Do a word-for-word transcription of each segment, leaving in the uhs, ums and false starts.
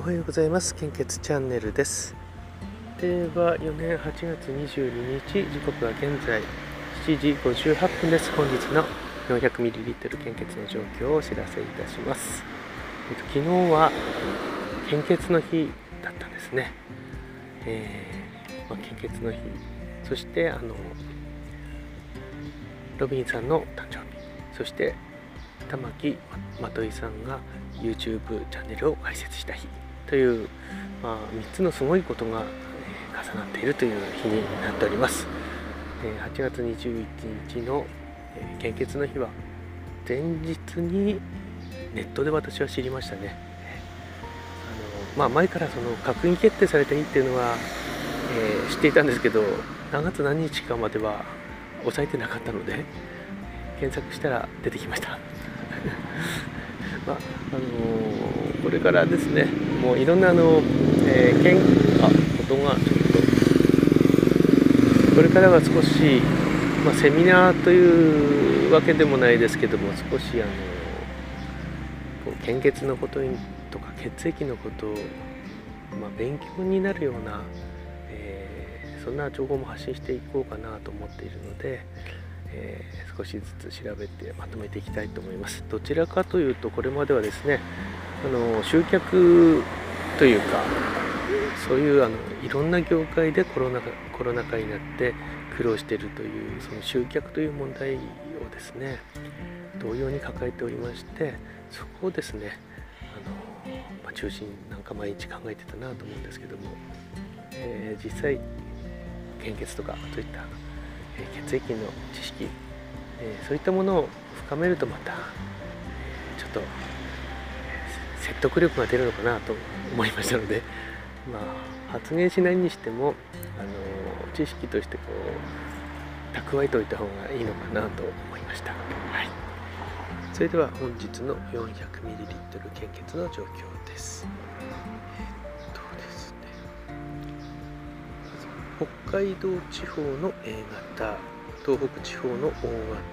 はようございます。献血チャンネルです。令和よねんはちがつにじゅうににち、時刻は現在しちじごじゅうはっぷんです。本日の よんひゃくミリリットル 献血の状況をお知らせいたします。えっと、昨日は献血の日だったんですね。えーまあ、献血の日、そしてあのロビンさんの誕生日、そして玉木まといさんが YouTube チャンネルを開設した日という、まあ、みっつのすごいことが、えー、重なっているという日になっております。えー、はちがつにじゅういちにちの、えー、献血の日は前日にネットで私は知りましたね。あの、まあ、前からその閣議決定された日っていうのは、えー、知っていたんですけど、何月何日かまでは押さえてなかったので検索したら出てきましたまああのー、これからですね、もういろんなあの、えー、けんあ音がちょっとこれからは少し、まあ、セミナーというわけでもないですけども、少しあのこう献血のこととか血液のことを、まあ、勉強になるような、えー、そんな情報も発信していこうかなと思っているので、えー、少しずつ調べてまとめていきたいと思います。どちらかというと、これまではですね、あの集客というか、そういうあのいろんな業界でコロナコロナ禍になって苦労しているという、その集客という問題をですね、同様に抱えておりまして、そこをですね、あの、まあ、中心なんか毎日考えてたなと思うんですけども、えー、実際献血とかそういった血液の知識、えー、そういったものを深めるとまた、えー、ちょっと、えー、説得力が出るのかなと思いましたので、まあ、発言しないにしても、あのー、知識としてこう蓄えておいた方がいいのかなと思いました。はい、それでは本日の よんひゃくミリリットル 献血の状況です。北海道地方の A 型、東北地方の O 型、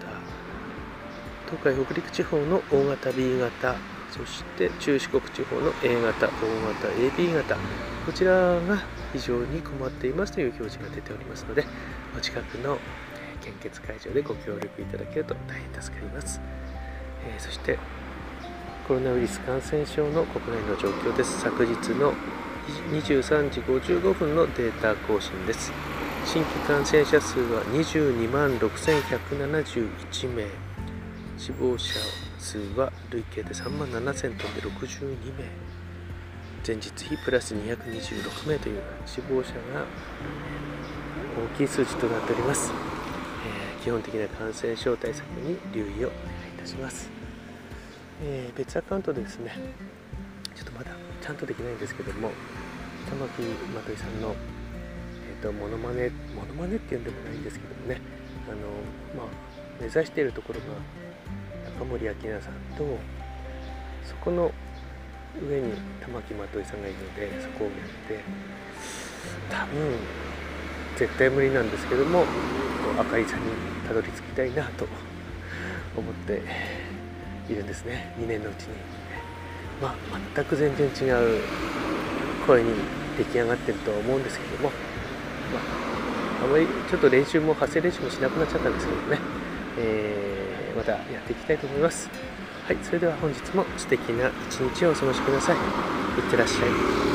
東海北陸地方の O 型 B 型、そして中四国地方の A 型 O 型 エービー 型、こちらが非常に困っていますという表示が出ておりますので、お近くの献血会場でご協力いただけると大変助かります。えー、そしてコロナウイルス感染症の国内の状況です。昨日のにじゅうさんじごじゅうごふんのデータ更新です。新規感染者数はにじゅうにまんろくせんひゃくななじゅういちめい、死亡者数は累計でさんまんななせんとんでろくじゅうにめい、前日比プラスにひゃくにじゅうろくめいという死亡者が大きい数字となっております。えー、基本的な感染症対策に留意をお願いいたします。えー、別アカウントでですね、ちょっとまだちゃんとできないんですけども、玉木まといさんの、えーと、モノマネ、モノマネっていうんでもないんですけどもね、あの、まあ、目指しているところが中森明菜さんと、そこの上に玉木まといさんがいるので、そこをやって、多分絶対無理なんですけども、あかりさんにたどり着きたいなと思っているんですね、にねんのうちに。まあ、全く全然違う声に出来上がってるとは思うんですけども、まあ、あまりちょっと練習も発声練習もしなくなっちゃったんですけどもね、えー、またやっていきたいと思います。はい、それでは本日も素敵な一日をお過ごしください。いってらっしゃい。